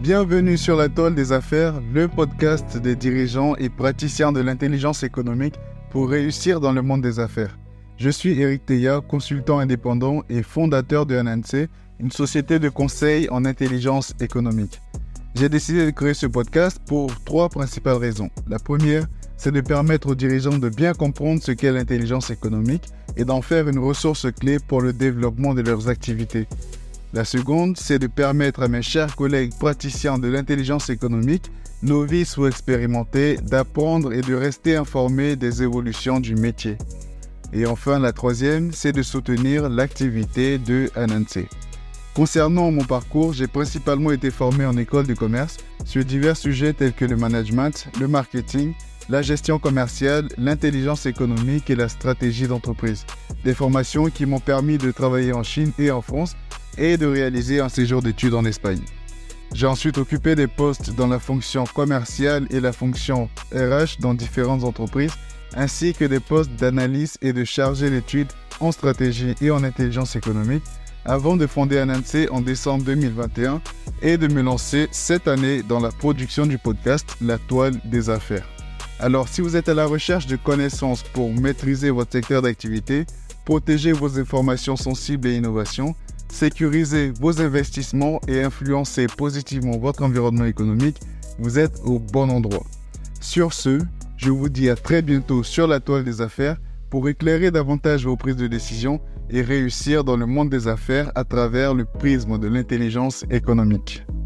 Bienvenue sur la Toile des Affaires, le podcast des dirigeants et praticiens de l'intelligence économique pour réussir dans le monde des affaires. Je suis Eric Teya, consultant indépendant et fondateur de Ananse, une société de conseil en intelligence économique. J'ai décidé de créer ce podcast pour 3 principales raisons. La première, c'est de permettre aux dirigeants de bien comprendre ce qu'est l'intelligence économique et d'en faire une ressource clé pour le développement de leurs activités. La seconde, c'est de permettre à mes chers collègues praticiens de l'intelligence économique, novices ou expérimentés, d'apprendre et de rester informés des évolutions du métier. Et enfin, la troisième, c'est de soutenir l'activité de Ananse. Concernant mon parcours, j'ai principalement été formé en école de commerce sur divers sujets tels que le management, le marketing, la gestion commerciale, l'intelligence économique et la stratégie d'entreprise. Des formations qui m'ont permis de travailler en Chine et en France et de réaliser un séjour d'études en Espagne. J'ai ensuite occupé des postes dans la fonction commerciale et la fonction RH dans différentes entreprises, ainsi que des postes d'analyse et de chargé d'études en stratégie et en intelligence économique, avant de fonder Ananse en décembre 2021 et de me lancer cette année dans la production du podcast La Toile des Affaires. Alors, si vous êtes à la recherche de connaissances pour maîtriser votre secteur d'activité, protéger vos informations sensibles et innovations, sécuriser vos investissements et influencer positivement votre environnement économique, vous êtes au bon endroit. Sur ce, je vous dis à très bientôt sur la Toile des Affaires pour éclairer davantage vos prises de décision et réussir dans le monde des affaires à travers le prisme de l'intelligence économique.